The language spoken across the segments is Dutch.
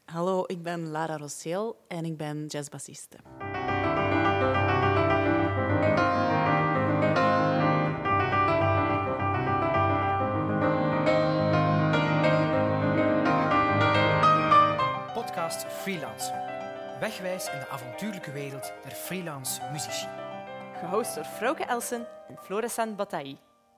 Hallo, ik ben Lara Rosseel en ik ben jazzbassiste. Podcast Freelancer. Wegwijs in de avontuurlijke wereld der freelance muzici. Gehost door Frauke Elsen en Florissant Bataille.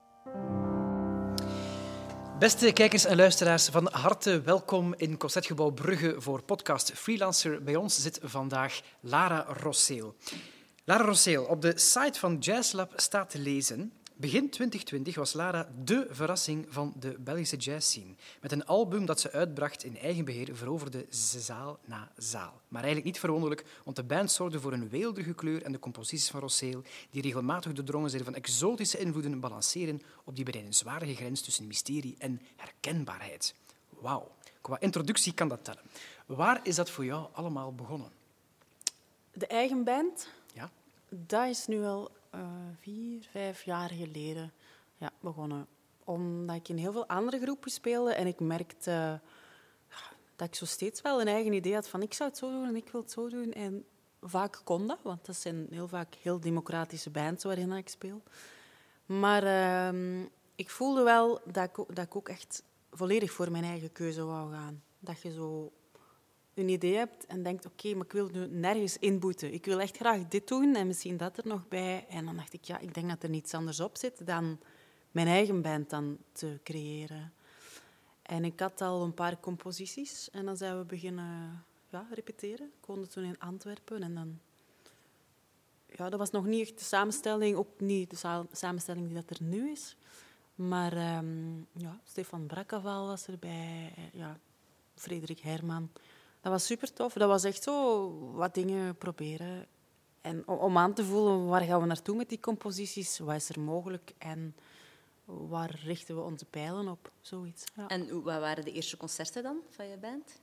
Beste kijkers en luisteraars, van harte welkom in Concertgebouw Brugge voor podcast Freelancer. Bij ons zit vandaag Lara Rosseel. Lara Rosseel, op de site van Jazzlab staat te lezen: begin 2020 was Lara dé verrassing van de Belgische jazzscene. Met een album dat ze uitbracht in eigen beheer veroverde ze zaal na zaal. Maar eigenlijk niet verwonderlijk, want de band zorgde voor een weelderige kleur en de composities van Rosseel, die regelmatig doordrongen zijn van exotische invloeden, balanceren op die benijdenswaardige grens tussen mysterie en herkenbaarheid. Wauw, qua introductie kan dat tellen. Waar is dat voor jou allemaal begonnen? De eigen band, Ja? dat is nu al 4, 5 jaar geleden begonnen. Omdat ik in heel veel andere groepen speelde en ik merkte dat ik zo steeds wel een eigen idee had van ik zou het zo doen en ik wil het zo doen. En vaak kon dat, want dat zijn heel vaak heel democratische bands waarin ik speel. Maar ik voelde wel dat ik ook echt volledig voor mijn eigen keuze wou gaan. Dat je zo een idee hebt en denkt, oké, maar ik wil nu nergens inboeten. Ik wil echt graag dit doen en misschien dat er nog bij. En dan dacht ik, ik denk dat er niets anders op zit dan mijn eigen band dan te creëren. En ik had al een paar composities en dan zijn we beginnen repeteren. Ik woonde toen in Antwerpen en dan... Ja, dat was nog niet echt de samenstelling, ook niet de samenstelling die dat er nu is. Maar Stefan Brakkeval was erbij, Frederik Herman. Dat was super tof. Dat was echt zo wat dingen proberen. En om aan te voelen, waar gaan we naartoe met die composities? Wat is er mogelijk? En waar richten we onze pijlen op? Zoiets. Ja. En wat waren de eerste concerten dan van je band?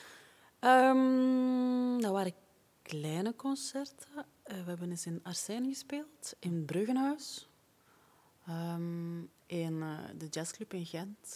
Dat waren kleine concerten. We hebben eens in Arsène gespeeld, in Bruggenhuis. In de jazzclub in Gent.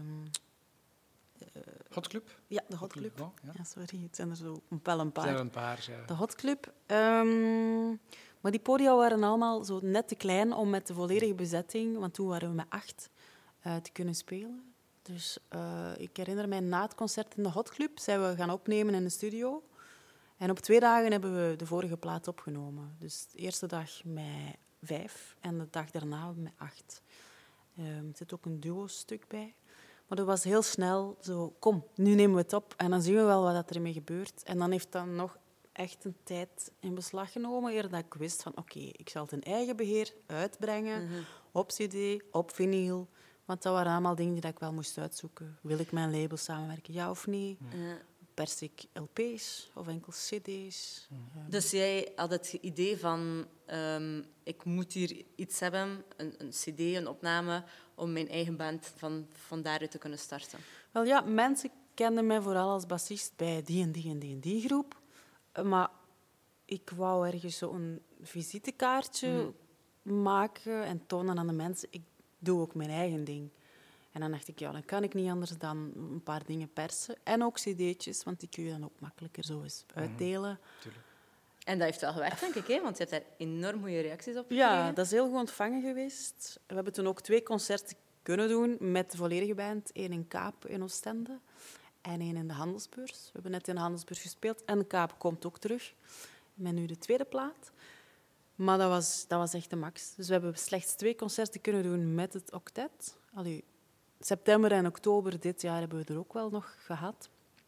Hot Club? Ja, de Hot Club. Ja. Ja, sorry, het zijn er zo wel een paar. Er zijn er een paar, ja. De Hot Club. Maar die podia waren allemaal zo net te klein om met de volledige bezetting, want toen waren we met 8, te kunnen spelen. Dus ik herinner mij, na het concert in de Hot Club zijn we gaan opnemen in de studio. En op 2 dagen hebben we de vorige plaat opgenomen. Dus de eerste dag met 5 en de dag daarna met 8. Er zit ook een duo-stuk bij. Maar dat was heel snel zo, kom, nu nemen we het op en dan zien we wel wat er ermee gebeurt. En dan heeft dat nog echt een tijd in beslag genomen, eer dat ik wist van oké, ik zal het in eigen beheer uitbrengen, op cd, op vinyl. Want dat waren allemaal dingen die ik wel moest uitzoeken. Wil ik met een label samenwerken, ja of nee? Pers ik LP's of enkel cd's? Dus jij had het idee van, ik moet hier iets hebben, een cd, een opname, om mijn eigen band van daaruit te kunnen starten. Wel ja, mensen kenden mij vooral als bassist bij die en die en die en die groep. Maar ik wou ergens zo'n visitekaartje maken en tonen aan de mensen, ik doe ook mijn eigen ding. En dan dacht ik, dan kan ik niet anders dan een paar dingen persen. En ook cd'tjes, want die kun je dan ook makkelijker zo eens uitdelen. Tuurlijk. En dat heeft wel gewerkt, denk ik, hè? Want je hebt daar enorm goede reacties op gekregen. Ja, dat is heel goed ontvangen geweest. We hebben toen ook 2 concerten kunnen doen met de volledige band. 1 in Kaap in Oostende en 1 in de Handelsbeurs. We hebben net in de Handelsbeurs gespeeld en Kaap komt ook terug. Met nu de tweede plaat. Maar dat was echt de max. Dus we hebben slechts 2 concerten kunnen doen met het octet. Allee, september en oktober dit jaar hebben we er ook wel nog gehad.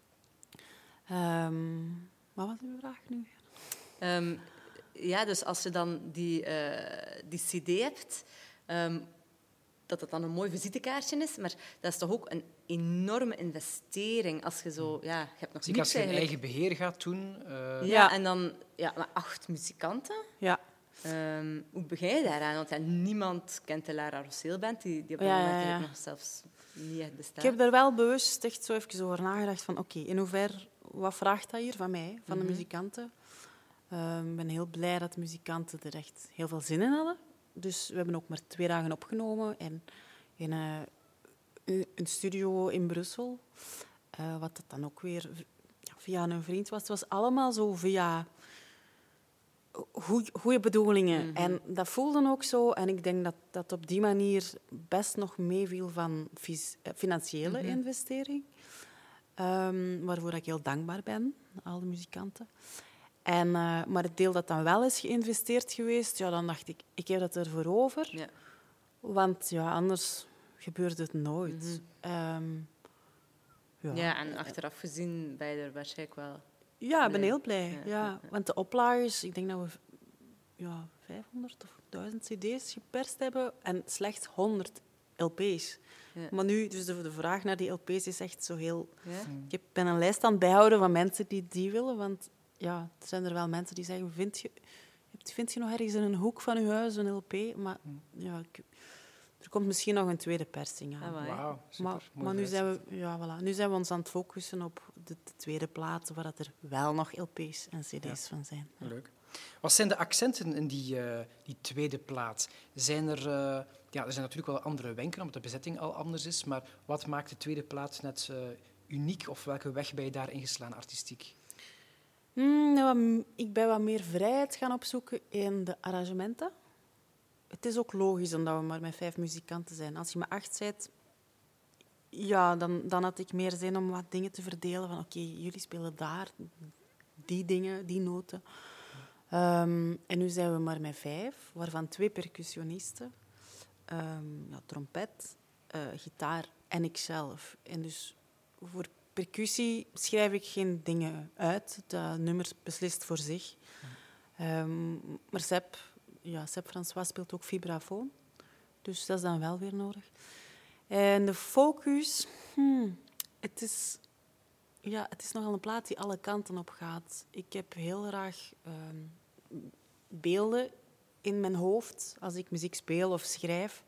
Wat was uw vraag nu? Dus als je dan die cd hebt, dat het dan een mooi visitekaartje is, maar dat is toch ook een enorme investering als je zo... Ja, je hebt nog Zeker als niks je in eigenlijk. eigen beheer gaat doen. En dan met 8 muzikanten. Ja. Hoe begin je daaraan? Want niemand kent de Lara Rosseel band, die op dat moment eigenlijk nog zelfs niet echt bestaat. Ik heb er wel bewust echt zo even over nagedacht van oké, in hoeverre, wat vraagt dat hier van mij, van de muzikanten? Ik ben heel blij dat de muzikanten er echt heel veel zin in hadden. Dus we hebben ook maar 2 dagen opgenomen en in een studio in Brussel. Wat dat dan ook weer via een vriend was. Het was allemaal zo via goede bedoelingen. En dat voelde ook zo. En ik denk dat dat op die manier best nog meeviel van financiële investering. Waarvoor ik heel dankbaar ben, al de muzikanten. Maar het deel dat dan wel is geïnvesteerd geweest, ja, dan dacht ik heb dat ervoor over. Ja. Want ja, anders gebeurde het nooit. Ja, en achteraf gezien ben je er waarschijnlijk wel... Ja, ik ben Nee. heel blij. Ja. Want de oplagers, ik denk dat we 500 of 1000 cd's geperst hebben en slechts 100 LP's. Ja. Maar nu, dus de vraag naar die LP's is echt zo heel... Ja? Ik ben een lijst aan het bijhouden van mensen die willen, want ja, er zijn er wel mensen die zeggen, vind je nog ergens in een hoek van je huis een LP? Maar ja, er komt misschien nog een tweede persing aan. Ah, waar, hè? Wauw, super. Maar nu zijn we ons aan het focussen op de tweede plaat, waar dat er wel nog LP's en cd's van zijn. Ja. Leuk. Wat zijn de accenten in die tweede plaat? Er zijn natuurlijk wel andere wenken, omdat de bezetting al anders is. Maar wat maakt de tweede plaat net uniek? Of welke weg ben je daar ingeslaan, artistiek? Ik ben wat meer vrijheid gaan opzoeken in de arrangementen. Het is ook logisch omdat we maar met 5 muzikanten zijn. Als je met 8 bent, ja, dan had ik meer zin om wat dingen te verdelen. Van oké, jullie spelen daar die dingen, die noten. En nu zijn we maar met 5, waarvan 2 percussionisten. Trompet, gitaar en ikzelf. En dus voor percussie schrijf ik geen dingen uit. Dat nummer beslist voor zich. Maar Sepp François speelt ook vibrafoon. Dus dat is dan wel weer nodig. En de focus... Het is nogal een plaat die alle kanten op gaat. Ik heb heel graag beelden in mijn hoofd als ik muziek speel of schrijf.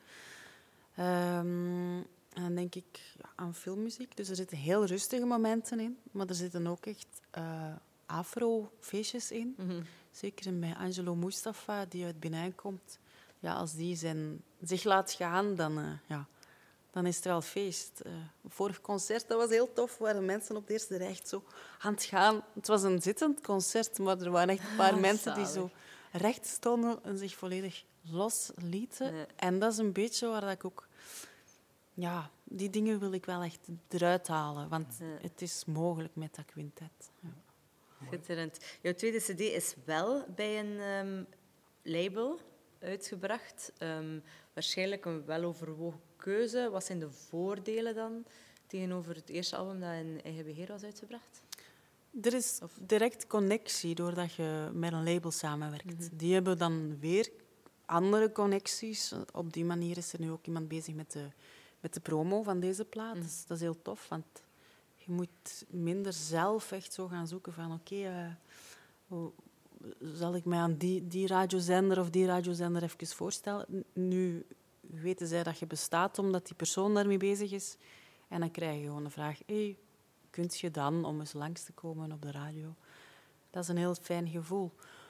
En dan denk ik aan filmmuziek. Dus er zitten heel rustige momenten in, maar er zitten ook echt afro-feestjes in. Zeker bij Angelo Mustafa, die uit Benin komt. Ja, als die zich laat gaan, dan is er wel feest. Vorig concert, dat was heel tof, waren mensen op de eerste rij echt zo aan het gaan. Het was een zittend concert, maar er waren echt een paar mensen die zo recht stonden en zich volledig loslieten. Ja. En dat is een beetje waar dat ik ook... Ja, die dingen wil ik wel echt eruit halen, want het is mogelijk met dat quintet. Ja. Schitterend. Jouw tweede cd is wel bij een label uitgebracht. Waarschijnlijk een weloverwogen keuze. Wat zijn de voordelen dan tegenover het eerste album dat in eigen beheer was uitgebracht? Er is direct connectie doordat je met een label samenwerkt. Die hebben dan weer andere connecties. Op die manier is er nu ook iemand bezig met de promo van deze plaat. Dus dat is heel tof, want je moet minder zelf echt zo gaan zoeken van oké, zal ik mij aan die radiozender of die radiozender even voorstellen? Nu weten zij dat je bestaat omdat die persoon daarmee bezig is. En dan krijg je gewoon de vraag, kunt je dan om eens langs te komen op de radio? Dat is een heel fijn gevoel.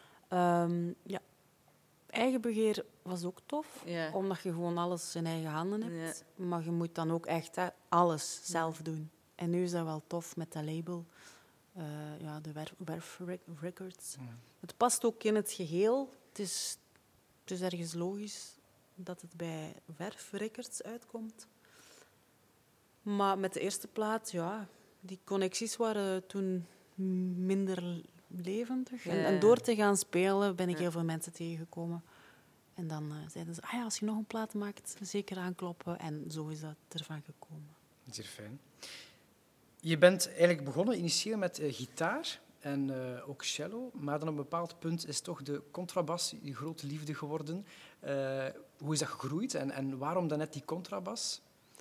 Eigen beheer was ook tof, omdat je gewoon alles in eigen handen hebt. Ja. Maar je moet dan ook echt alles zelf doen. En nu is dat wel tof met dat label. De Werf Records. Het past ook in het geheel. Het is ergens logisch dat het bij Werf Records uitkomt. Maar met de eerste plaat, die connecties waren toen minder levendig. En door te gaan spelen ben ik heel veel mensen tegengekomen. En dan zeiden ze, als je nog een plaat maakt, zeker aankloppen. En zo is dat ervan gekomen. Zeer fijn. Je bent eigenlijk begonnen initieel met gitaar en ook cello. Maar dan op een bepaald punt is toch de contrabas je grote liefde geworden. Hoe is dat gegroeid en waarom dan net die contrabas?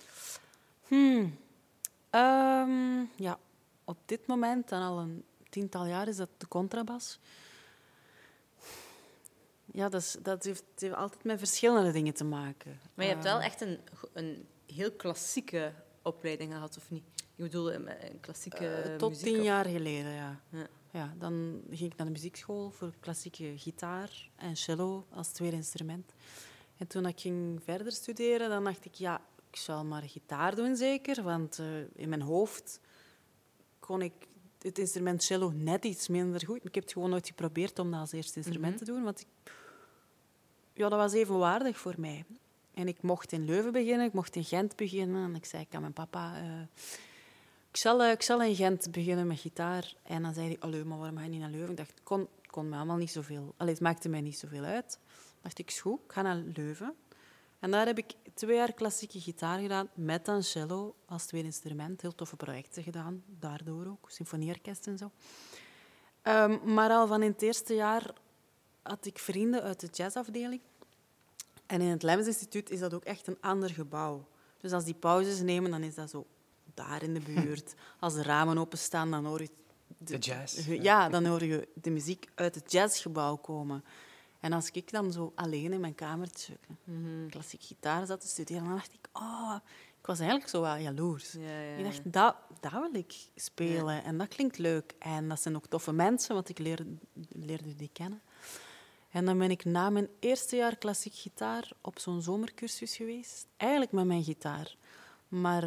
Op dit moment, en al een 10-tal jaar, is dat de contrabas. Ja, dat heeft altijd met verschillende dingen te maken. Maar je hebt wel echt een heel klassieke opleiding gehad, of niet? Ik bedoel, een klassieke tot muziek? 10 jaar geleden, ja. Dan ging ik naar de muziekschool voor klassieke gitaar en cello als tweede instrument. En toen ik ging verder studeren, dan dacht ik, ik zal maar gitaar doen zeker. Want in mijn hoofd kon ik het instrument cello net iets minder goed. Ik heb het gewoon nooit geprobeerd om dat als eerste instrument te doen, want dat was evenwaardig voor mij. En ik mocht in Leuven beginnen, ik mocht in Gent beginnen. En ik zei aan mijn papa, ik zal in Gent beginnen met gitaar. En dan zei hij, allee, maar waarom ga je niet naar Leuven? Ik dacht, het kon me allemaal niet zoveel... Allee, het maakte mij niet zoveel uit. Dacht ik, is goed, ik ga naar Leuven. En daar heb ik 2 jaar klassieke gitaar gedaan, met dan cello als tweede instrument. Heel toffe projecten gedaan, daardoor ook. Symfonieorkest en zo. Maar al van in het eerste jaar had ik vrienden uit de jazzafdeling. En in het Lemmens Instituut is dat ook echt een ander gebouw. Dus als die pauzes nemen, dan is dat zo daar in de buurt. Als de ramen openstaan, dan hoor je... De jazz. Ja, dan hoor je de muziek uit het jazzgebouw komen. En als ik dan zo alleen in mijn kamertje klassiek gitaar zat te studeren, dan dacht ik, ik was eigenlijk zo wel jaloers. Ja. Ik dacht, dat wil ik spelen. Ja. En dat klinkt leuk. En dat zijn ook toffe mensen, want ik leerde die kennen. En dan ben ik na mijn eerste jaar klassiek gitaar op zo'n zomercursus geweest. Eigenlijk met mijn gitaar. Maar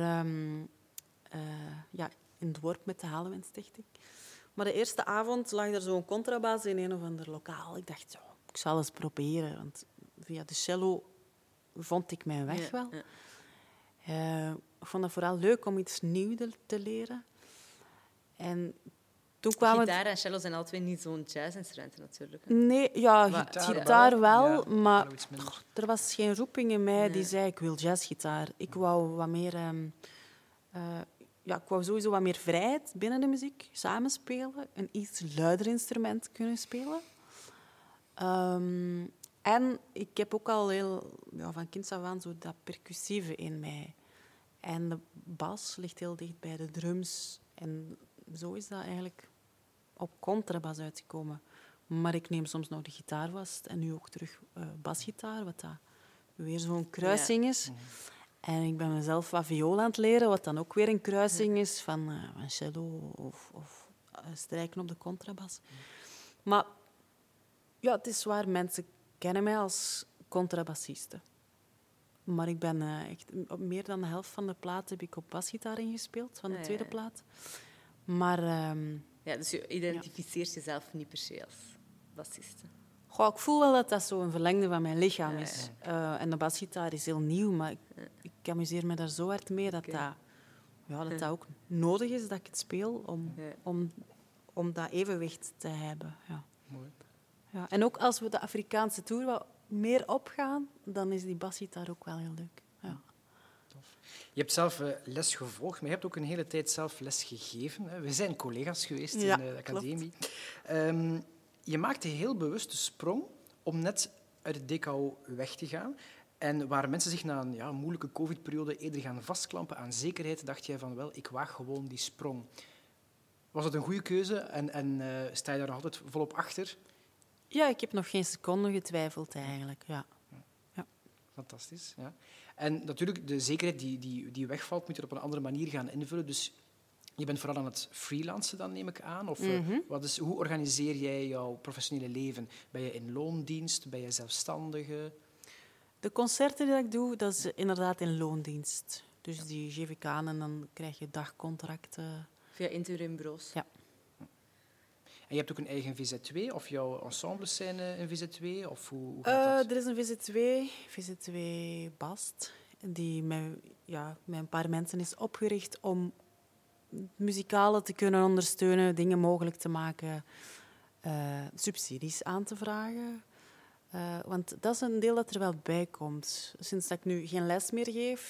in het dorp met de Halewijn-stichting. Maar de eerste avond lag er zo'n contrabas in een of ander lokaal. Ik dacht, ik zal eens proberen. Want via de cello vond ik mijn weg wel. Ja. Ik vond het vooral leuk om iets nieuws te leren. En toen kwamen... Gitaar en cello zijn altijd niet zo'n jazzinstrumenten natuurlijk. Hè? Nee, gitaar wel, maar er was geen roeping in mij die zei, ik wil jazzgitaar. Ik wou wat meer... ik wou sowieso wat meer vrijheid binnen de muziek, samenspelen, een iets luider instrument kunnen spelen. En ik heb ook al van kinds af aan zo dat percussieve in mij. En de bas ligt heel dicht bij de drums. En zo is dat eigenlijk op contrabas uitgekomen. Maar ik neem soms nog de gitaar vast en nu ook terug basgitaar, wat dat weer zo'n kruising is. En ik ben mezelf wat viool aan het leren, wat dan ook weer een kruising is van cello of strijken op de contrabas. Maar het is waar, mensen kennen mij als contrabassiste. Maar ik ben echt op meer dan de helft van de plaat heb ik op basgitaar ingespeeld, van de tweede plaat. Maar... dus je identificeert jezelf niet per se als bassiste. Ik voel wel dat dat zo een verlengde van mijn lichaam is. En de basgitaar is heel nieuw, maar ik amuseer me daar zo hard mee dat ook nodig is dat ik het speel om dat evenwicht te hebben. Ja. Mooi. Ja. En ook als we de Afrikaanse tour wat meer opgaan, dan is die basgitaar ook wel heel leuk. Ja. Tof. Je hebt zelf les gevolgd, maar je hebt ook een hele tijd zelf les gegeven. Hè. We zijn collega's geweest in de academie. Je maakte heel bewust de sprong om net uit het DKO weg te gaan. En waar mensen zich na een moeilijke covid-periode eerder gaan vastklampen aan zekerheid, dacht jij van, ik waag gewoon die sprong. Was dat een goede keuze en sta je daar nog altijd volop achter? Ja, ik heb nog geen seconde getwijfeld eigenlijk. Ja. Fantastisch. Ja. En natuurlijk, de zekerheid die wegvalt, moet je op een andere manier gaan invullen. Dus je bent vooral aan het freelancen dan, neem ik aan? Of hoe organiseer jij jouw professionele leven? Ben je in loondienst? Ben je zelfstandige? De concerten die ik doe, dat is inderdaad in loondienst. Dus die geef ik aan en dan krijg je dagcontracten. Via interimbureaus? Ja. En je hebt ook een eigen VZ2? Of jouw ensembles zijn een VZ2? Of hoe gaat dat? Er is een VZ2 Bast, die met een paar mensen is opgericht om muzikalen te kunnen ondersteunen, dingen mogelijk te maken, subsidies aan te vragen. Want dat is een deel dat er wel bij komt. Sinds dat ik nu geen les meer geef,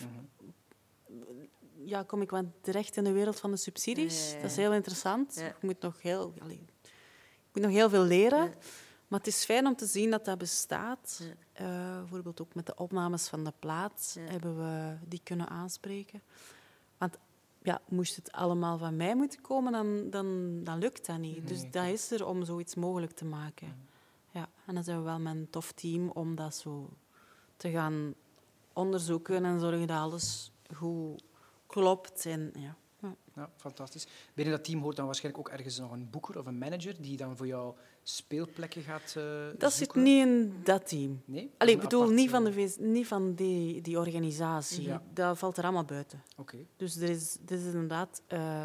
kom ik wat terecht in de wereld van de subsidies. Dat is heel interessant. Ja. Ik moet nog heel veel leren. Maar het is fijn om te zien dat dat bestaat. Bijvoorbeeld ook met de opnames van de plaat hebben we die kunnen aanspreken. Want moest het allemaal van mij moeten komen, dan lukt dat niet. Dus dat is er om zoiets mogelijk te maken. Ja, en dan zijn we wel met een tof team om dat zo te gaan onderzoeken en zorgen dat alles goed klopt. Ja, fantastisch. Binnen dat team hoort dan waarschijnlijk ook ergens nog een boeker of een manager die dan voor jou speelplekken gaat dat zoeken? zit niet in dat team. Nee? Ik bedoel, niet van die organisatie. Ja. Dat valt er allemaal buiten. Okay. Dus dit is inderdaad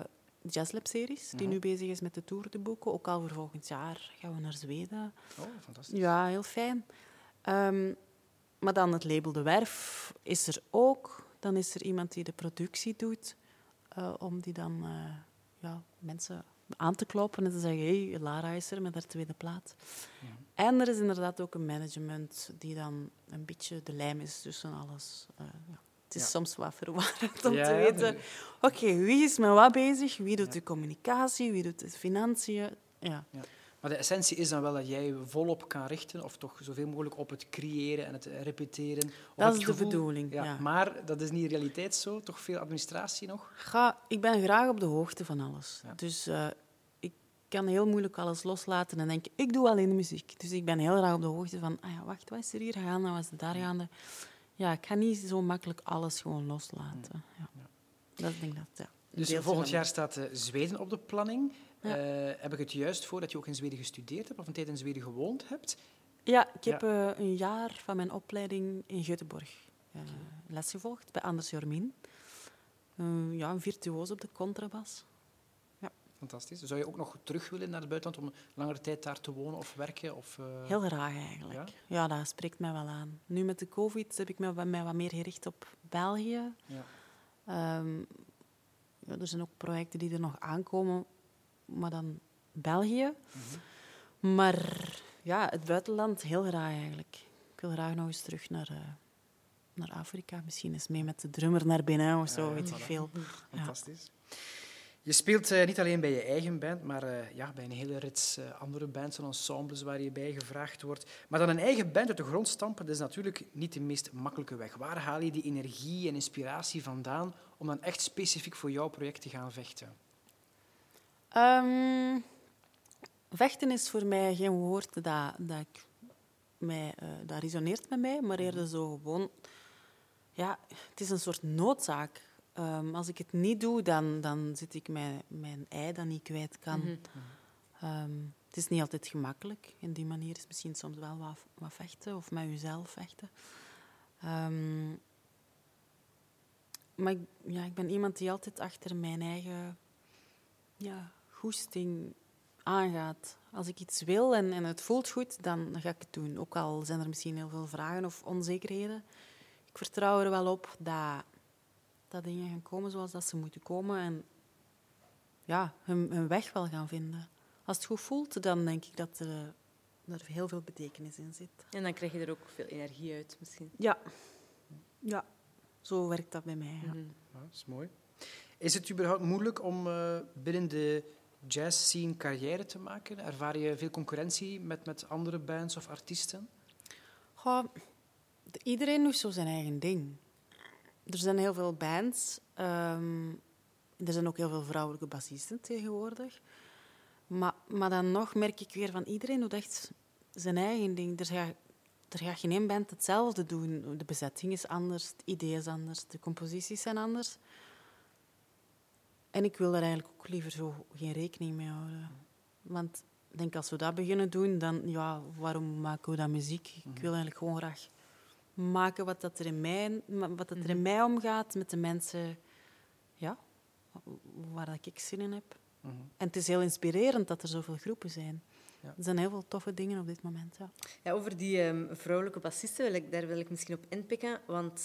Jazzlab-series, die nu bezig is met de tour te boeken. Ook al voor volgend jaar gaan we naar Zweden. Oh, fantastisch. Ja, heel fijn. Maar dan het label De Werf is er ook. Dan is er iemand die de productie doet, om die dan mensen aan te kloppen en te zeggen, hey, Lara is er met haar tweede plaat. Ja. En er is inderdaad ook een management die dan een beetje de lijm is tussen alles. Het is soms wat verwarrend om te weten, oké, wie is met wat bezig? Wie doet de communicatie? Wie doet de financiën? Ja. Ja. Maar de essentie is dan wel dat jij volop kan richten, of toch zoveel mogelijk op het creëren en het repeteren. Dat is de bedoeling, Ja. ja. Maar dat is niet in realiteit zo? Toch veel administratie nog? Ik ben graag op de hoogte van alles. Ja. Dus ik kan heel moeilijk alles loslaten en denken, ik doe alleen de muziek. Dus ik ben heel graag op de hoogte van, wacht, wat is er hier gaande, wat is er daar gaande? Ja, ik ga niet zo makkelijk alles gewoon loslaten. Ja. Dat denk ik dat, Dus volgend jaar staat Zweden op de planning. Ja. Heb ik het juist voor dat je ook in Zweden gestudeerd hebt of een tijd in Zweden gewoond hebt? Ja, ik heb een jaar van mijn opleiding in Göteborg les gevolgd bij Anders Jormin. Een virtuoos op de contrabas. Ja. Fantastisch. Zou je ook nog terug willen naar het buitenland om langere tijd daar te wonen of werken? Of, Heel graag eigenlijk. Ja, dat spreekt mij wel aan. Nu met de COVID heb ik mij wat meer gericht op België. Ja. Er zijn ook projecten die er nog aankomen, maar dan België. Mm-hmm. Maar ja, het buitenland heel graag eigenlijk. Ik wil graag nog eens terug naar Afrika. Misschien eens mee met de drummer naar Benin of zo, weet ik veel. Fantastisch. Je speelt niet alleen bij je eigen band, maar bij een hele rits andere bands en ensembles waar je bij gevraagd wordt. Maar dan een eigen band uit de grond stampen, dat is natuurlijk niet de meest makkelijke weg. Waar haal je die energie en inspiratie vandaan om dan echt specifiek voor jouw project te gaan vechten? Vechten is voor mij geen woord dat resoneert met mij, maar eerder zo gewoon... Ja, het is een soort noodzaak. Als ik het niet doe, dan zit ik mijn ei dat niet kwijt kan. Mm-hmm. Het is niet altijd gemakkelijk. En die manier is misschien soms wel wat vechten, of met jezelf vechten. Maar ik ben iemand die altijd achter mijn eigen goesting aangaat. Als ik iets wil en het voelt goed, dan ga ik het doen. Ook al zijn er misschien heel veel vragen of onzekerheden. Ik vertrouw er wel op dat dingen gaan komen zoals dat ze moeten komen en hun weg wel gaan vinden. Als het goed voelt, dan denk ik dat er heel veel betekenis in zit. En dan krijg je er ook veel energie uit, misschien. Ja. Zo werkt dat bij mij. Ja. Ja, dat is mooi. Is het überhaupt moeilijk om binnen de jazzscene carrière te maken? Ervaar je veel concurrentie met andere bands of artiesten? Iedereen doet zo zijn eigen ding. Er zijn heel veel bands. Er zijn ook heel veel vrouwelijke bassisten tegenwoordig. Maar dan nog merk ik weer van iedereen doet echt zijn eigen ding. Er gaat geen één band hetzelfde doen. De bezetting is anders, het idee is anders, de composities zijn anders. En ik wil daar eigenlijk ook liever zo geen rekening mee houden. Want ik denk, als we dat beginnen doen, dan waarom maken we dan muziek? Ik wil eigenlijk gewoon graag maken wat er in mij omgaat met de mensen waar ik zin in heb. Mm-hmm. En het is heel inspirerend dat er zoveel groepen zijn. Ja. Er zijn heel veel toffe dingen op dit moment. Ja, over die vrouwelijke bassisten wil ik misschien op inpikken. Want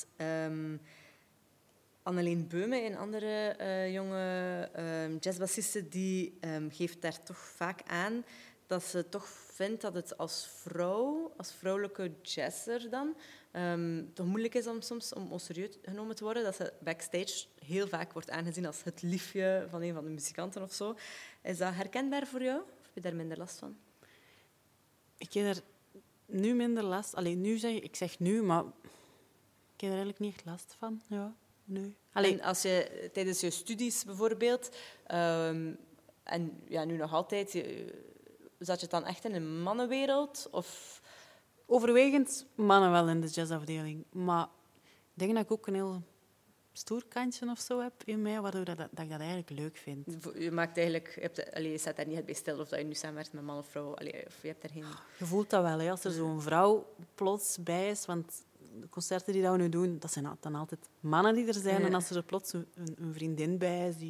Anneleen Beume, een andere jonge jazzbassiste, die geeft daar toch vaak aan dat ze toch vindt dat het als vrouwelijke jazzer dan, toch moeilijk is om soms om serieus genomen te worden. Dat ze backstage heel vaak wordt aangezien als het liefje van een van de muzikanten of zo. Is dat herkenbaar voor jou? Of heb je daar minder last van? Ik heb er nu minder last. Ik zeg nu, maar ik heb er eigenlijk niet echt last van. Ja, nee. En als je tijdens je studies bijvoorbeeld, en nu nog altijd, zat je het dan echt in een mannenwereld? Of? Overwegend mannen wel in de jazzafdeling. Maar ik denk dat ik ook een heel stoer kantje of zo heb in mij, waardoor dat ik dat eigenlijk leuk vind. Je staat daar niet bij stil of dat je nu samenwerkt met man of vrouw. Of je hebt daar geen... Je voelt dat wel, als er zo'n vrouw plots bij is. Want de concerten die we nu doen, dat zijn dan altijd mannen die er zijn. Ja. En als er plots een vriendin bij is die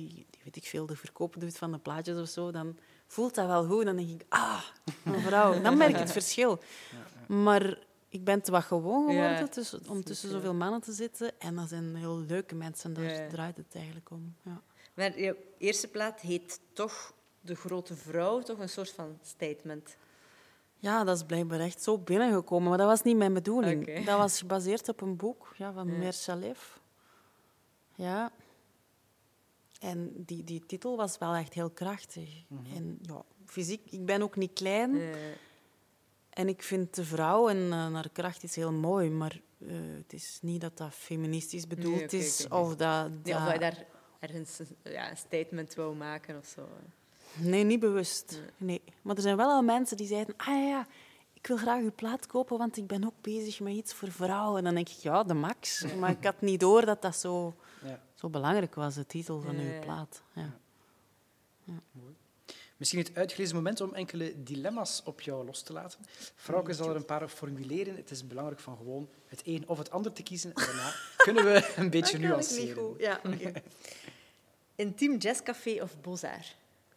weet ik veel, de verkoop doet van de plaatjes of zo, dan voelt dat wel goed. Dan denk ik, een vrouw. Dan merk ik het verschil. Maar ik ben te wat gewoon geworden om tussen zoveel mannen te zitten. En dat zijn heel leuke mensen. Daar draait het eigenlijk om. Ja. Maar je eerste plaat heet toch De Grote Vrouw, toch een soort van statement. Ja, dat is blijkbaar echt zo binnengekomen. Maar dat was niet mijn bedoeling. Okay. Dat was gebaseerd op een boek van Merchalev. Ja. En die titel was wel echt heel krachtig. En ja, fysiek, ik ben ook niet klein. En ik vind de vrouw en haar kracht is heel mooi. Maar het is niet dat dat feministisch bedoeld is. Of dat of dat je daar ergens een statement wou maken of zo. Nee, niet bewust. Nee. Maar er zijn wel al mensen die zeiden... ik wil graag uw plaat kopen, want ik ben ook bezig met iets voor vrouwen. En dan denk ik, ja, de max. Maar ik had niet door dat dat zo belangrijk was, de titel van uw plaat. Ja. Mooi. Misschien het uitgelezen moment om enkele dilemma's op jou los te laten. Frauke zal er een paar formuleren. Het is belangrijk van gewoon het een of het ander te kiezen. En daarna kunnen we een beetje nuanceren. Niet goed. Ja, okay. Intiem jazzcafé of Beaux-Arts?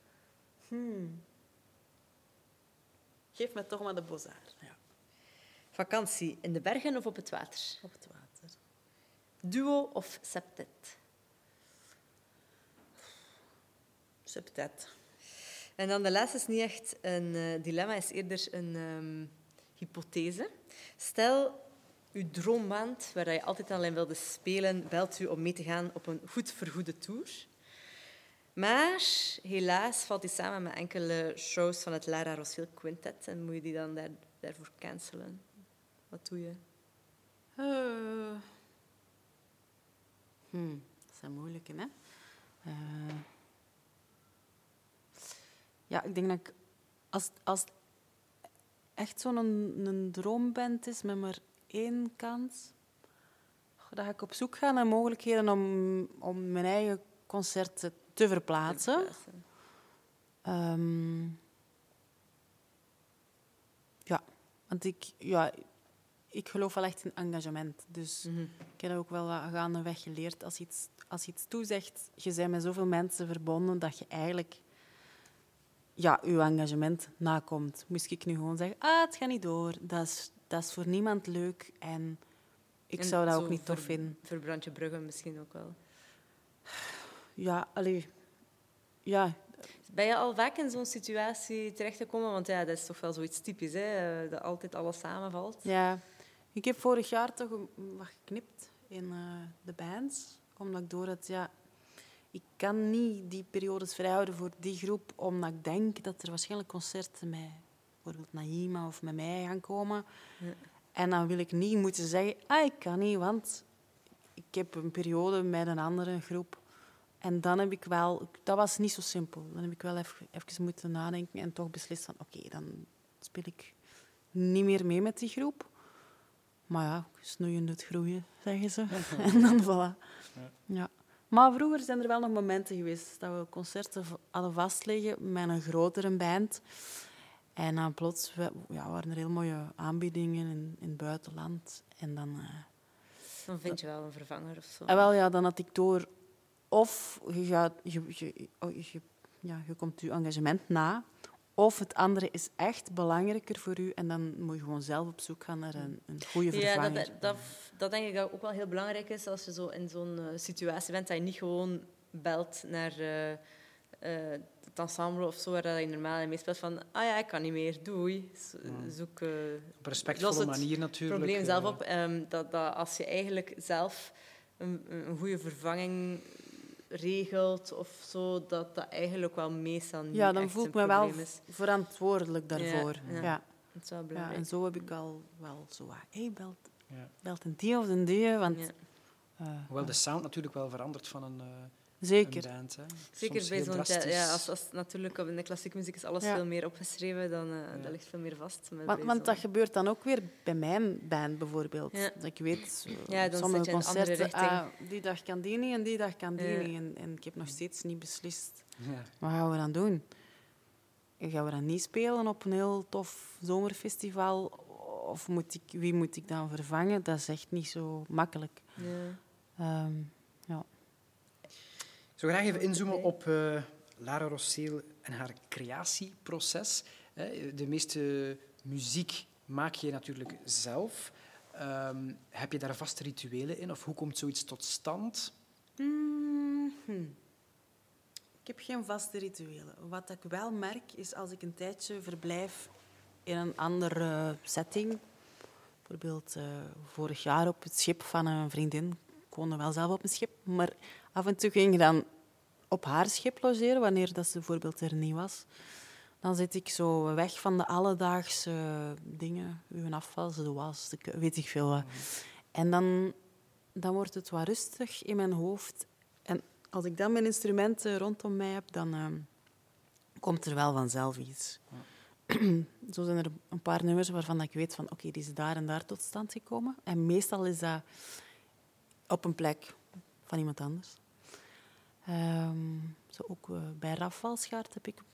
Geef me toch maar de Beaux-Arts. Ja. Vakantie in de bergen of op het water? Op het water. Duo of septet? Septet. En dan de laatste is niet echt een dilemma, is eerder een hypothese. Stel, uw droommaand, waar je altijd alleen wilde spelen, belt u om mee te gaan op een goed vergoede tour. Maar helaas valt die samen met enkele shows van het Lara Rossel Quintet en moet je die dan daarvoor cancelen. Wat doe je? Dat zijn moeilijke, hè? Ja, ik denk dat ik... Als het echt zo'n een droomband is met maar één kans, dan ga ik op zoek gaan naar mogelijkheden om mijn eigen concerten te verplaatsen. Want ik geloof wel echt in engagement. Dus ik heb dat ook wel gaandeweg geleerd. Als je iets toezegt, je bent met zoveel mensen verbonden dat je eigenlijk je engagement nakomt. Moest ik nu gewoon zeggen, het gaat niet door. Dat is voor niemand leuk en ik zou dat ook niet tof vinden. Verbrand je bruggen misschien ook wel. Ja. Ben je al vaak in zo'n situatie terechtgekomen? Want ja, dat is toch wel zoiets typisch, hè? Dat altijd alles samenvalt. Ja. Ik heb vorig jaar toch wat geknipt in de bands. Omdat ik door had, ik kan niet die periodes vrijhouden voor die groep, omdat ik denk dat er waarschijnlijk concerten met bijvoorbeeld Naïma of met mij gaan komen. Ja. En dan wil ik niet moeten zeggen, ik kan niet, want ik heb een periode met een andere groep. En dan heb ik wel... Dat was niet zo simpel. Dan heb ik wel even moeten nadenken en toch beslist van... Oké, dan speel ik niet meer mee met die groep. Maar ja, snoeien doet groeien, zeggen ze. En dan voilà. Ja. Maar vroeger zijn er wel nog momenten geweest dat we concerten hadden vastliggen met een grotere band. En dan plots waren er heel mooie aanbiedingen in het buitenland. En dan... Dan vind je wel een vervanger of zo. Dan had ik door... Of je komt je engagement na, of het andere is echt belangrijker voor u en dan moet je gewoon zelf op zoek gaan naar een goede vervanger. Ja, dat denk ik dat ook wel heel belangrijk is als je zo in zo'n situatie bent, dat je niet gewoon belt naar het ensemble of zo, waar je normaal in meespeelt van ik kan niet meer, doei. Zoek, op een respectvolle manier natuurlijk. Het probleem zelf op, dat als je eigenlijk zelf een goede vervanging regelt of zo, dat eigenlijk wel meestal niet echt dan voel ik een me wel is. Verantwoordelijk daarvoor. Ja. Dat is wel belangrijk. En zo heb ik al wel zo belt een die of een die, want... Hoewel de sound natuurlijk wel verandert van een band. Hè. Zeker bij zo'n jazz. Als natuurlijk in de klassieke muziek is alles veel meer opgeschreven, dan dat ligt veel meer vast. Want dat gebeurt dan ook weer bij mijn band bijvoorbeeld. Ja. Dat ik weet, dan sommige concerten, die die dag kan die niet en die dag kan die niet. En ik heb nog steeds niet beslist. Wat gaan we dan doen? Gaan we dan niet spelen op een heel tof zomerfestival? Of wie moet ik dan vervangen? Dat is echt niet zo makkelijk. Ja. Ik Ik zou graag even inzoomen op Lara Rosseel en haar creatieproces. De meeste muziek maak je natuurlijk zelf. Heb je daar vaste rituelen in? Of hoe komt zoiets tot stand? Ik heb geen vaste rituelen. Wat ik wel merk, is als ik een tijdje verblijf in een andere setting. Bijvoorbeeld vorig jaar op het schip van een vriendin. Ik woonde wel zelf op een schip, maar af en toe ging ik dan op haar schip logeren, wanneer dat ze bijvoorbeeld er niet was. Dan zit ik zo weg van de alledaagse dingen. Uw afval, de was, weet ik veel wat. En dan wordt het wat rustig in mijn hoofd. En als ik dan mijn instrumenten rondom mij heb, dan komt er wel vanzelf iets. Zo zijn er een paar nummers waarvan ik weet van oké, die is daar en daar tot stand gekomen. En meestal is dat op een plek van iemand anders. Zo ook bij Raf Walschaert heb ik een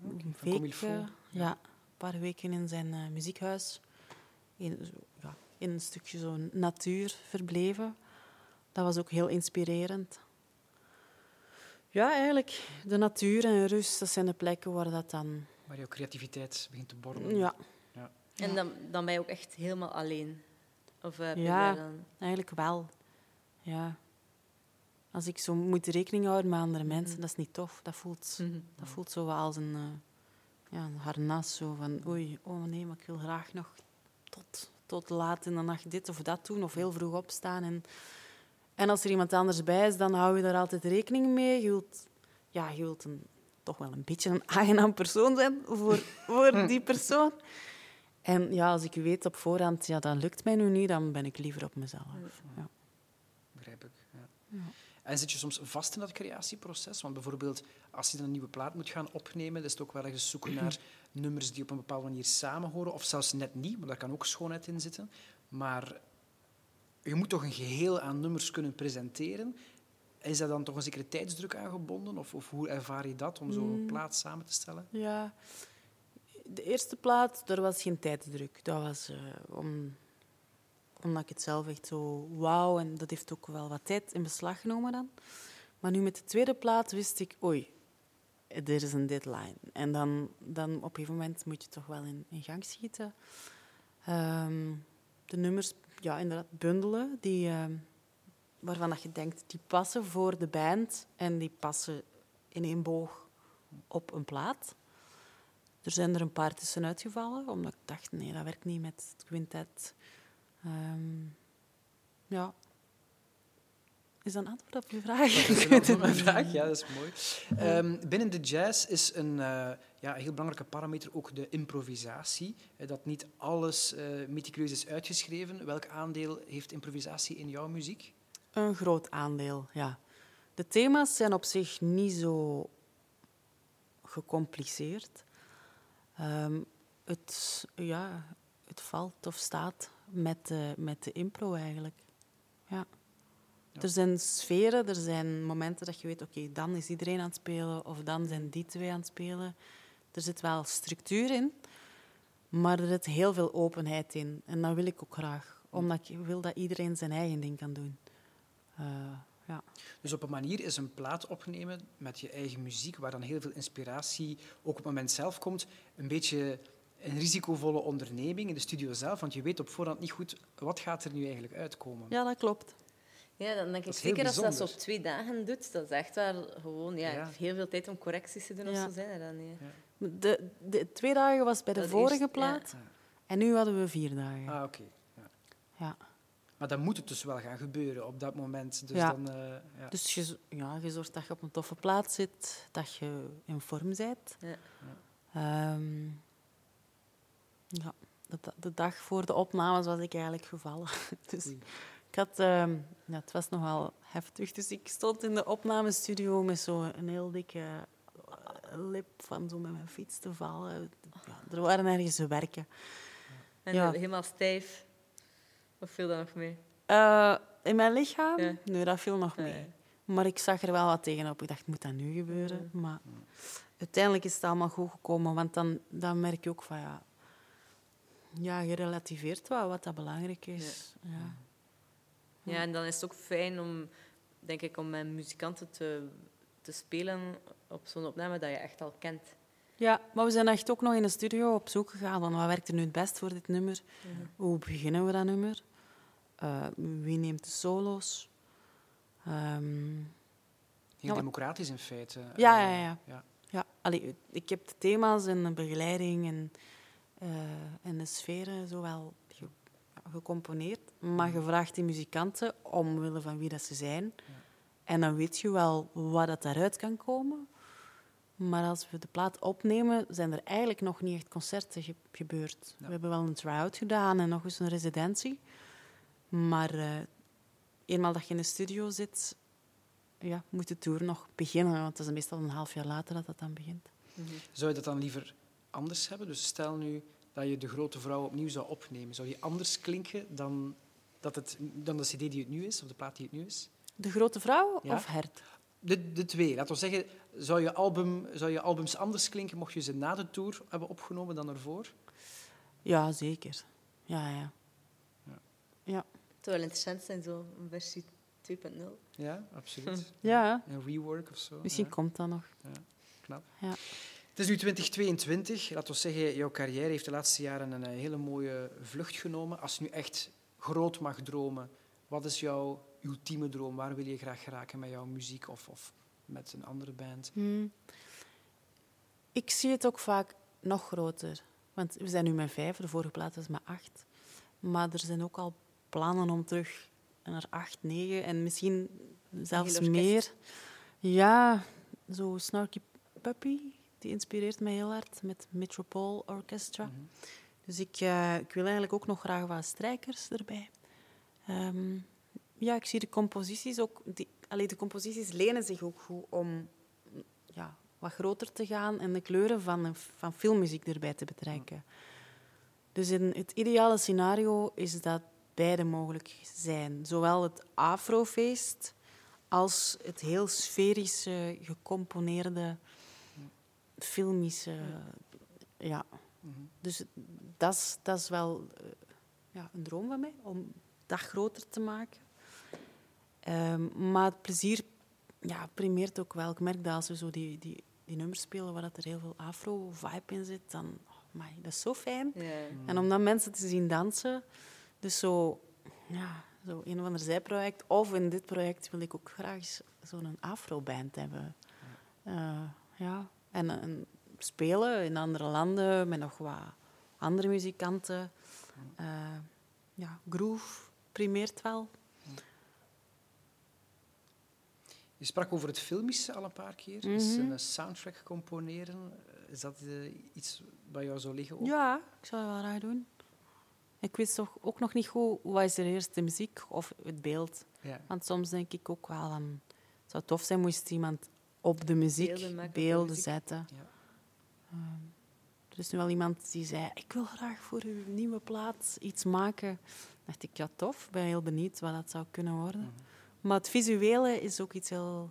paar weken in zijn muziekhuis in een stukje zo natuur verbleven. Dat was ook heel inspirerend. Ja, eigenlijk de natuur en rust, dat zijn de plekken waar dat dan... Waar jouw creativiteit begint te borrelen. Ja. En dan ben je ook echt helemaal alleen? Of heb je Ja, daar dan... eigenlijk wel. Ja. Als ik zo moet rekening houden met andere mensen, dat is niet tof. Dat voelt zo wel als een harnas. Zo van, oei, oh nee, maar ik wil graag nog tot laat in de nacht dit of dat doen, of heel vroeg opstaan. En als er iemand anders bij is, dan hou je daar altijd rekening mee. Je wilt toch wel een beetje een aangenaam persoon zijn voor die persoon. En ja, als ik weet op voorhand, ja, dat lukt mij nu niet, dan ben ik liever op mezelf. Ja. Begrijp ik. Ja. En zit je soms vast in dat creatieproces? Want bijvoorbeeld, als je dan een nieuwe plaat moet gaan opnemen, dan is het ook wel eens zoeken naar nummers die op een bepaalde manier samenhoren. Of zelfs net niet, maar daar kan ook schoonheid in zitten. Maar je moet toch een geheel aan nummers kunnen presenteren. Is daar dan toch een zekere tijdsdruk aan gebonden? Of hoe ervaar je dat om zo'n plaat samen te stellen? Ja, de eerste plaat, daar was geen tijdsdruk. Dat was omdat ik het zelf echt zo wauw, en dat heeft ook wel wat tijd in beslag genomen dan. Maar nu met de tweede plaat wist ik, oei, er is een deadline. En dan op een gegeven moment moet je toch wel in gang schieten. De nummers, ja, inderdaad, bundelen, waarvan dat je denkt, die passen voor de band en die passen in één boog op een plaat. Er zijn er een paar tussenuit gevallen, omdat ik dacht, nee, dat werkt niet met het quintet. Ja. Is dat een antwoord op je vraag? Dat is een antwoord op mijn vraag, ja, dat is mooi. Binnen de jazz is een heel belangrijke parameter ook de improvisatie. Dat niet alles meticuleus is uitgeschreven. Welk aandeel heeft improvisatie in jouw muziek? Een groot aandeel, ja. De thema's zijn op zich niet zo gecompliceerd. Het valt of staat met de impro eigenlijk. Ja. Ja. Er zijn sferen, er zijn momenten dat je weet, oké, dan is iedereen aan het spelen of dan zijn die twee aan het spelen. Er zit wel structuur in, maar er zit heel veel openheid in. En dat wil ik ook graag, omdat ik wil dat iedereen zijn eigen ding kan doen. Ja. Dus op een manier is een plaat opnemen met je eigen muziek, waar dan heel veel inspiratie ook op het moment zelf komt, een beetje een risicovolle onderneming in de studio zelf, want je weet op voorhand niet goed wat gaat er nu eigenlijk uitkomen. Ja, dat klopt. Ja, dan denk ik zeker als je dat zo op 2 dagen doet, dat is echt wel gewoon heel veel tijd om correcties te doen of zo zijn er dan niet. Ja. De 2 dagen was bij de vorige plaat en nu hadden we 4 dagen. Ah, oké. Ja. Maar dan moet het dus wel gaan gebeuren op dat moment. Dus, dus je zorgt dat je op een toffe plaats zit, dat je in vorm bent. Ja. De dag voor de opnames was ik eigenlijk gevallen. Dus ik had, het was nogal heftig. Dus ik stond in de opnamestudio met zo'n heel dikke lip van zo met mijn fiets te vallen. Ja, er waren ergens te werken. En helemaal stijf? Of viel dat nog mee? In mijn lichaam? Ja. Nee, dat viel nog mee. Maar ik zag er wel wat tegenop. Ik dacht, moet dat nu gebeuren? Maar uiteindelijk is het allemaal goed gekomen. Want dan merk je ook van, je relativeert wel wat dat belangrijk is. Ja, en dan is het ook fijn om, denk ik, om met muzikanten te spelen op zo'n opname dat je echt al kent. Ja, maar we zijn echt ook nog in de studio op zoek gegaan van wat werkt er nu het best voor dit nummer? Hoe beginnen we dat nummer? Wie neemt de solo's? Heel democratisch in feite. Ja. Allee, ik heb de thema's en de begeleiding en de sferen zowel gecomponeerd, maar je vraagt die muzikanten omwille van wie dat ze zijn. Ja. En dan weet je wel wat dat daaruit kan komen. Maar als we de plaat opnemen, zijn er eigenlijk nog niet echt concerten gebeurd. Ja. We hebben wel een try-out gedaan en nog eens een residentie. Maar eenmaal dat je in de studio zit, moet de tour nog beginnen. Want het is meestal een half jaar later dat dat dan begint. Zou je dat dan liever anders hebben? Dus stel nu dat je De Grote Vrouw opnieuw zou opnemen. Zou die anders klinken dan de cd die het nu is, of de plaat die het nu is? De Grote Vrouw of Hert? De twee. Laten we zeggen, zou je albums anders klinken mocht je ze na de tour hebben opgenomen dan ervoor? Ja, zeker. Ja. Het zou wel interessant zijn, zo'n versie 2.0. Ja, absoluut. Ja. Een rework of zo. Misschien komt dat nog. Ja, knap. Ja. Het is nu 2022. Laten we zeggen, jouw carrière heeft de laatste jaren een hele mooie vlucht genomen. Als je nu echt groot mag dromen, wat is jouw ultieme droom? Waar wil je graag geraken met jouw muziek of met een andere band? Ik zie het ook vaak nog groter. Want we zijn nu met 5, de vorige plaat was met 8. Maar er zijn ook al plannen om terug naar 8, 9 en misschien zelfs meer. Ja, zo Snarky Puppy, die inspireert mij heel hard met Metropole Orchestra. Dus ik wil eigenlijk ook nog graag wat strijkers erbij. Ik zie de composities ook... de composities lenen zich ook goed om wat groter te gaan en de kleuren van filmmuziek erbij te betrekken. Dus in het ideale scenario is dat beide mogelijk zijn. Zowel het afrofeest als het heel sferische, gecomponeerde, filmische... Dus dat is wel een droom van mij, om dat groter te maken. Maar het plezier primeert ook wel. Ik merk dat als we zo die nummers spelen waar er heel veel afro-vibe in zit, dan... dat is zo fijn. Ja. En om dan mensen te zien dansen... Dus zo een of ander zijproject. Of in dit project wil ik ook graag zo'n afro-band hebben. En spelen in andere landen met nog wat andere muzikanten. Groove primeert wel. Je sprak over het filmische al een paar keer. Is een soundtrack componeren, is dat iets bij jou zou liggen? Ook? Ja, ik zou dat wel graag doen. Ik wist toch ook nog niet goed, wat is er eerst, de muziek of het beeld? Ja. Want soms denk ik ook wel, het zou tof zijn moest iemand op de muziek beelden zetten. Ja. Er is nu wel iemand die zei, ik wil graag voor uw nieuwe plaat iets maken. Dan dacht ik, ja tof, ik ben heel benieuwd wat dat zou kunnen worden. Maar het visuele is ook iets heel...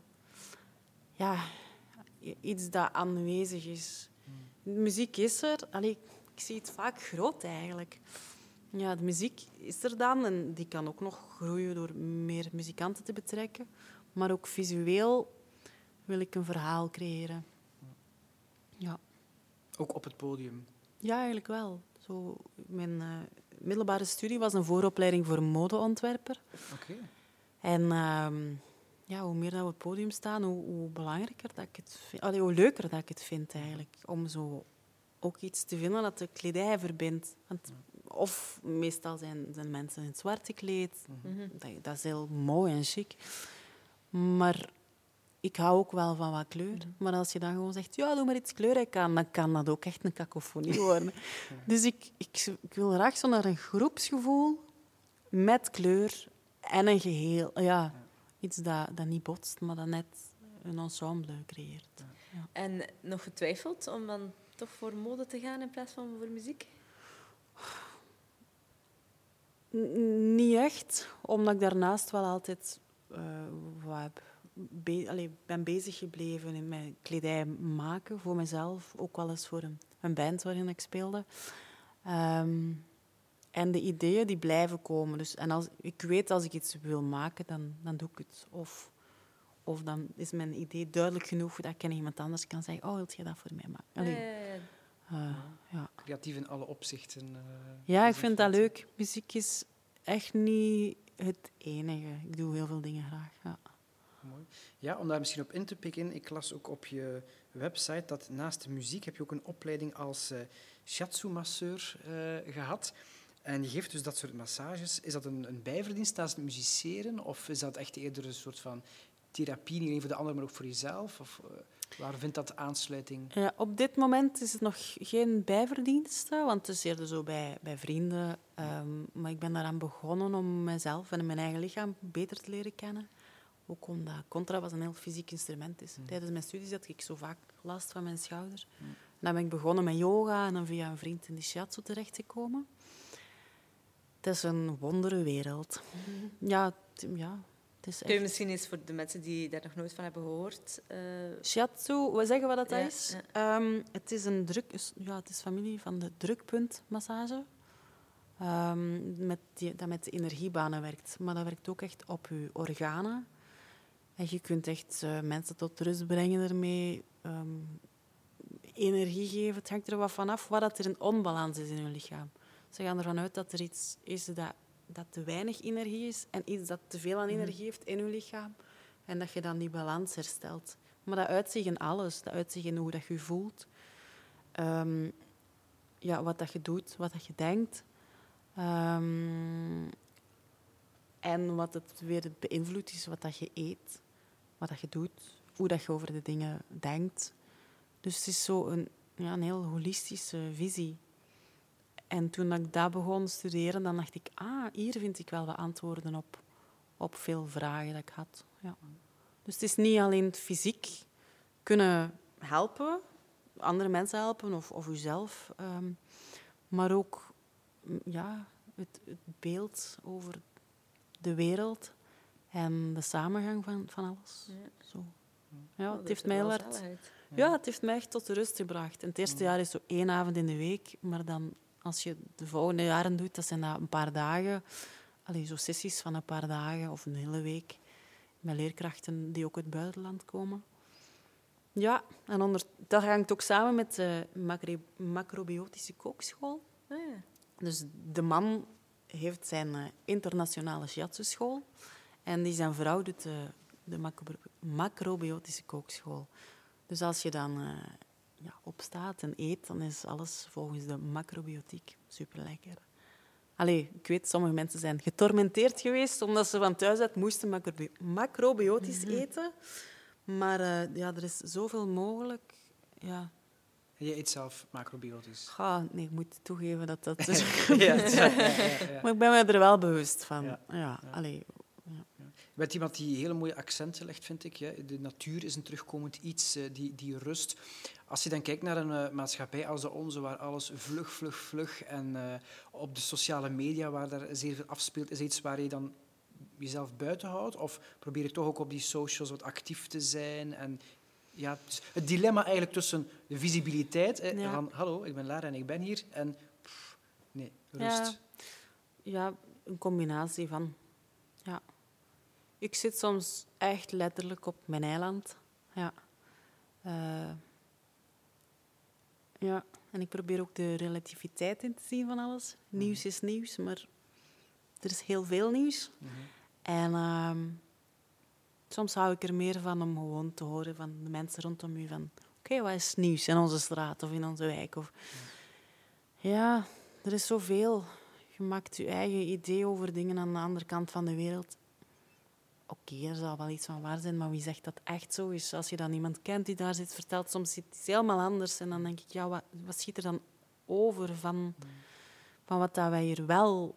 iets dat aanwezig is. De muziek is er. Allee, ik zie het vaak groot eigenlijk. Ja, de muziek is er dan en die kan ook nog groeien door meer muzikanten te betrekken. Maar ook visueel wil ik een verhaal creëren. Ja. Ook op het podium? Ja, eigenlijk wel. Zo, mijn middelbare studie was een vooropleiding voor een modeontwerper. Okay. En hoe meer dat we op het podium staan, hoe belangrijker dat ik het vind. Hoe leuker dat ik het vind eigenlijk. Om zo ook iets te vinden dat de kledij verbindt. Want, of meestal zijn mensen in het zwart gekleed. Dat is heel mooi en chic. Maar ik hou ook wel van wat kleur. Maar als je dan gewoon zegt, ja, doe maar iets kleurrijk aan, dan kan dat ook echt een kakofonie worden. Dus ik wil graag zo naar een groepsgevoel met kleur en een geheel. Ja, iets dat niet botst, maar dat net een ensemble creëert. Ja. En nog getwijfeld om dan toch voor mode te gaan in plaats van voor muziek? Niet echt, omdat ik daarnaast wel altijd ben bezig gebleven met kledij maken voor mezelf. Ook wel eens voor een band waarin ik speelde. En de ideeën die blijven komen. Dus, en ik weet als ik iets wil maken, dan doe ik het. Of dan is mijn idee duidelijk genoeg dat ik aan iemand anders kan zeggen, wilt je dat voor mij maken? Allee, ja. Creatief in alle opzichten. Ja, ik vind dat leuk. Muziek is echt niet het enige. Ik doe heel veel dingen graag. Ja. Mooi. Ja, om daar misschien op in te pikken, ik las ook op je website dat naast de muziek heb je ook een opleiding als shiatsu-masseur gehad. En je geeft dus dat soort massages. Is dat een bijverdienst naast het musiceren? Of is dat echt eerder een soort van therapie, niet alleen voor de ander, maar ook voor jezelf? Of waar vindt dat aansluiting? Ja, op dit moment is het nog geen bijverdienste, want het is eerder zo bij vrienden. Maar ik ben daaraan begonnen om mezelf en mijn eigen lichaam beter te leren kennen. Ook omdat contrabas een heel fysiek instrument is. Tijdens mijn studies had ik zo vaak last van mijn schouder. Dan ben ik begonnen met yoga en dan via een vriend in de shiatsu terechtgekomen. Het is een wondere wereld. Ja, het is Kun je echt... misschien eens voor de mensen die daar nog nooit van hebben gehoord... Shiatsu, we zeggen wat dat Ja, is. ja. Het is het is familie van de drukpuntmassage. Dat met de energiebanen werkt. Maar dat werkt ook echt op je organen. En je kunt echt mensen tot rust brengen ermee. Energie geven. Het hangt er wat vanaf wat er een onbalans is in je lichaam. Ze gaan ervan uit dat er iets is dat te weinig energie is en iets dat te veel aan energie heeft in je lichaam. En dat je dan die balans herstelt. Maar dat uitzicht in alles. Dat uitzicht in hoe dat je voelt. Wat dat je doet, wat dat je denkt. En wat het weer beïnvloedt is wat dat je eet, wat dat je doet, hoe dat je over de dingen denkt. Dus het is zo een heel holistische visie. En toen ik dat begon te studeren, dan dacht ik, hier vind ik wel wat antwoorden op veel vragen dat ik had. Ja. Dus het is niet alleen het fysiek kunnen helpen, andere mensen helpen of jezelf, maar ook het beeld over de wereld en de samenhang van alles. Ja. Zo. Ja, Oh, het heeft mij heel hard... Ja. Het heeft mij echt tot de rust gebracht. En het eerste jaar is zo 1 avond in de week, maar dan, als je de volgende jaren doet, dat zijn dat een paar dagen. Zo sessies van een paar dagen of een hele week met leerkrachten die ook uit het buitenland komen. Ja, en dat hangt ook samen met de macrobiotische kookschool. Ah, ja. Dus de man heeft zijn internationale shiatsu-school en zijn vrouw doet de macrobiotische kookschool. Dus als je dan opstaat en eet, dan is alles volgens de macrobiotiek super lekker. Ik weet, sommige mensen zijn getormenteerd geweest omdat ze van thuis uit moesten macrobiotisch eten. Maar er is zoveel mogelijk. Ja. Je eet zelf macrobiotisch. Nee, ik moet toegeven dat dat... Ja. Maar ik ben me er wel bewust van. Ja. Je bent iemand die hele mooie accenten legt, vind ik. Ja. De natuur is een terugkomend iets, die rust. Als je dan kijkt naar een maatschappij als de onze, waar alles vlug en op de sociale media, waar daar zeer veel afspeelt, is iets waar je dan jezelf buiten houdt? Of probeer je toch ook op die socials wat actief te zijn? En ja, het dilemma eigenlijk tussen de visibiliteit van hallo, ik ben Lara en ik ben hier, en nee, rust. Ja, een combinatie van. Ja. Ik zit soms echt letterlijk op mijn eiland. Ja. En ik probeer ook de relativiteit in te zien van alles. Nieuws is nieuws, maar er is heel veel nieuws. En soms hou ik er meer van om gewoon te horen van de mensen rondom u van oké, wat is nieuws in onze straat of in onze wijk? Ja, er is zoveel. Je maakt je eigen idee over dingen aan de andere kant van de wereld. Oké, er zal wel iets van waar zijn, maar wie zegt dat echt zo is? Als je dan iemand kent die daar zit, vertelt soms iets helemaal anders. En dan denk ik, wat schiet er dan over van wat dat wij hier wel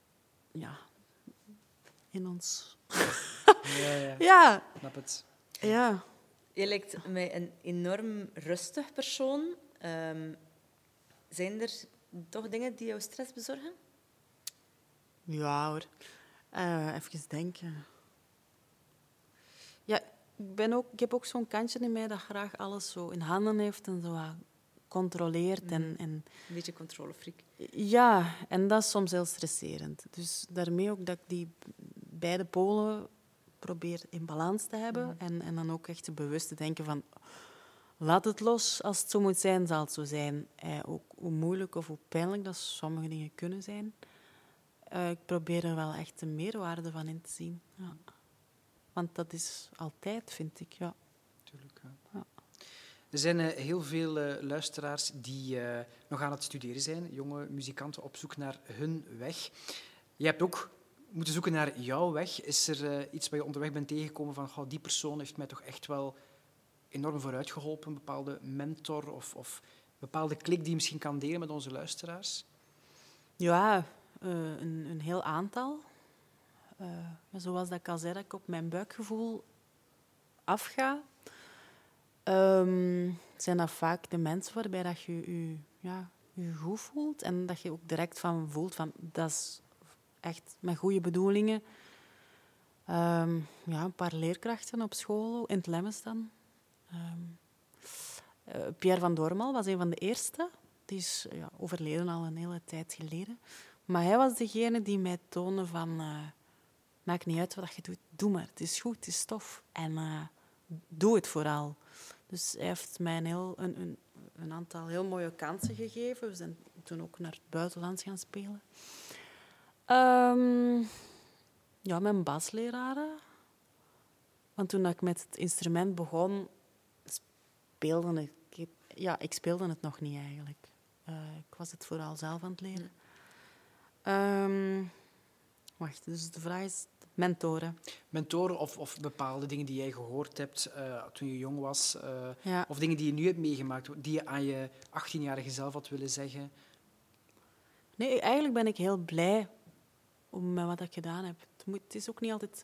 in ons... Ja. Snap het. Ja. Je lijkt mij een enorm rustig persoon. Zijn er toch dingen die jou stress bezorgen? Ja hoor. Even denken. Ja, ik heb ook zo'n kantje in mij dat graag alles zo in handen heeft en zo controleert. Een beetje controlefreak. Ja, en dat is soms heel stresserend. Dus daarmee ook dat ik die beide polen probeer in balans te hebben. En dan ook echt bewust te denken van... Laat het los. Als het zo moet zijn, zal het zo zijn. Ook hoe moeilijk of hoe pijnlijk dat sommige dingen kunnen zijn. Ik probeer er wel echt de meerwaarde van in te zien. Ja. Want dat is altijd, vind ik. Ja. Tuurlijk, ja. Er zijn heel veel luisteraars die nog aan het studeren zijn. Jonge muzikanten op zoek naar hun weg. Je hebt ook moeten zoeken naar jouw weg. Is er iets waar je onderweg bent tegengekomen van goh, die persoon heeft mij toch echt wel enorm vooruit geholpen? Een bepaalde mentor of een bepaalde klik die je misschien kan delen met onze luisteraars? Ja, een heel aantal. Zoals dat ik al zei, dat ik op mijn buikgevoel afga. Zijn dat vaak de mensen waarbij dat je je goed voelt. En dat je ook direct van voelt van dat is echt met goede bedoelingen. Een paar leerkrachten op school, in het Lemmens dan. Pierre van Doornmal was een van de eerste. Die is overleden al een hele tijd geleden. Maar hij was degene die mij toonde van... maakt niet uit wat je doet, doe maar. Het is goed, het is tof. En doe het vooral. Dus hij heeft mij een aantal heel mooie kansen gegeven. We zijn toen ook naar het buitenland gaan spelen. Mijn basleraren. Want toen ik met het instrument begon, speelde ik speelde het nog niet eigenlijk. Ik was het vooral zelf aan het leren. Dus de vraag is mentoren. Mentoren of bepaalde dingen die jij gehoord hebt toen je jong was. Of dingen die je nu hebt meegemaakt, die je aan je 18-jarige zelf had willen zeggen? Nee, eigenlijk ben ik heel blij met wat ik gedaan heb. Het is ook niet altijd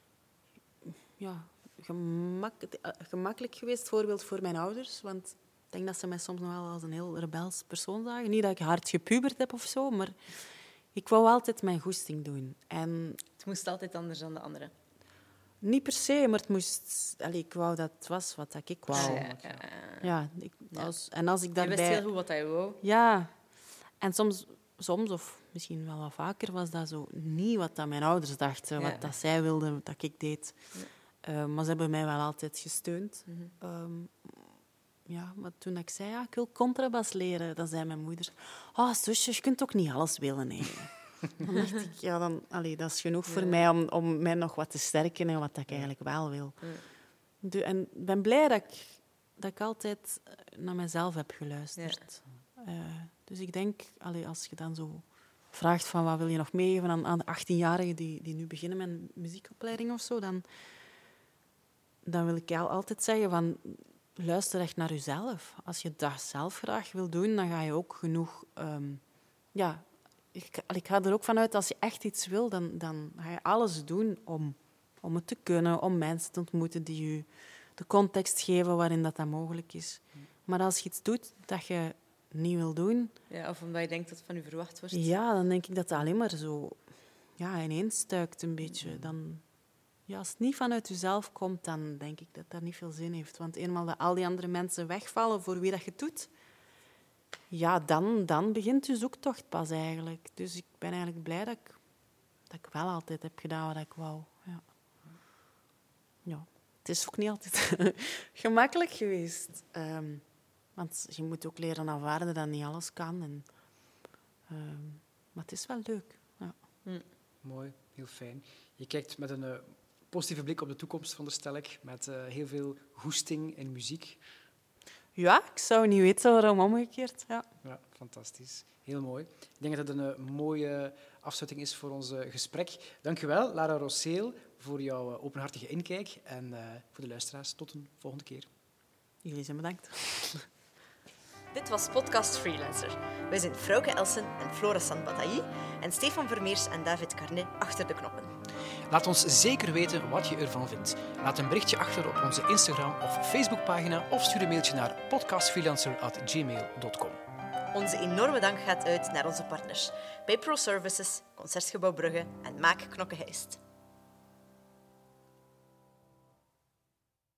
gemakkelijk geweest, voorbeeld voor mijn ouders. Want ik denk dat ze mij soms nog wel als een heel rebels persoon zagen. Niet dat ik hard gepubert heb of zo, maar ik wou altijd mijn goesting doen. En het moest altijd anders dan de anderen. Niet per se, maar het moest... ik wou dat het was wat ik wou. En als ik daarbij... Je wist heel goed wat hij wou. Ja. En soms, of misschien wel wat vaker, was dat zo niet wat dat mijn ouders dachten, wat dat zij wilden dat ik deed. Maar ze hebben mij wel altijd gesteund. Maar toen ik zei, ik wil contrabas leren, dan zei mijn moeder... zusje, je kunt ook niet alles willen. Nee. Dan dacht ik, dat is genoeg voor mij om mij nog wat te sterken en wat ik eigenlijk wel wil. En ik ben blij dat ik altijd naar mezelf heb geluisterd. Dus ik denk, als je dan zo vraagt van wat wil je nog meegeven aan de 18-jarigen die nu beginnen met een muziekopleiding of zo, dan wil ik jou altijd zeggen van... Luister echt naar jezelf. Als je dat zelf graag wil doen, dan ga je ook genoeg... Ik ga er ook vanuit, als je echt iets wil, dan ga je alles doen om het te kunnen, om mensen te ontmoeten die je de context geven waarin dat mogelijk is. Maar als je iets doet dat je niet wil doen... Ja, of omdat je denkt dat het van je verwacht wordt. Ja, dan denk ik dat alleen maar zo ineens stuikt een beetje. Als het niet vanuit jezelf komt, dan denk ik dat dat niet veel zin heeft. Want eenmaal dat al die andere mensen wegvallen voor wie dat je het doet, dan begint je zoektocht pas eigenlijk. Dus ik ben eigenlijk blij dat ik wel altijd heb gedaan wat ik wou. Ja. Het is ook niet altijd gemakkelijk geweest. Want je moet ook leren aanvaarden dat niet alles kan. Maar het is wel leuk. Ja. Mooi, heel fijn. Je kijkt met een positieve blik op de toekomst, veronderstel ik, met heel veel goesting in muziek. Ja, ik zou niet weten waarom omgekeerd. Ja, fantastisch. Heel mooi. Ik denk dat het een mooie afsluiting is voor ons gesprek. Dank je wel, Lara Rosseel, voor jouw openhartige inkijk. En voor de luisteraars, tot een volgende keer. Jullie zijn bedankt. Dit was Podcast Freelancer. Wij zijn Frauke Elsen en Flora Sanbatailly en Stefan Vermeers en David Carnet achter de knoppen. Laat ons zeker weten wat je ervan vindt. Laat een berichtje achter op onze Instagram of Facebookpagina of stuur een mailtje naar podcastfreelancer@gmail.com. Onze enorme dank gaat uit naar onze partners bij ProServices, Concertgebouw Brugge en Maak Knokke Heist.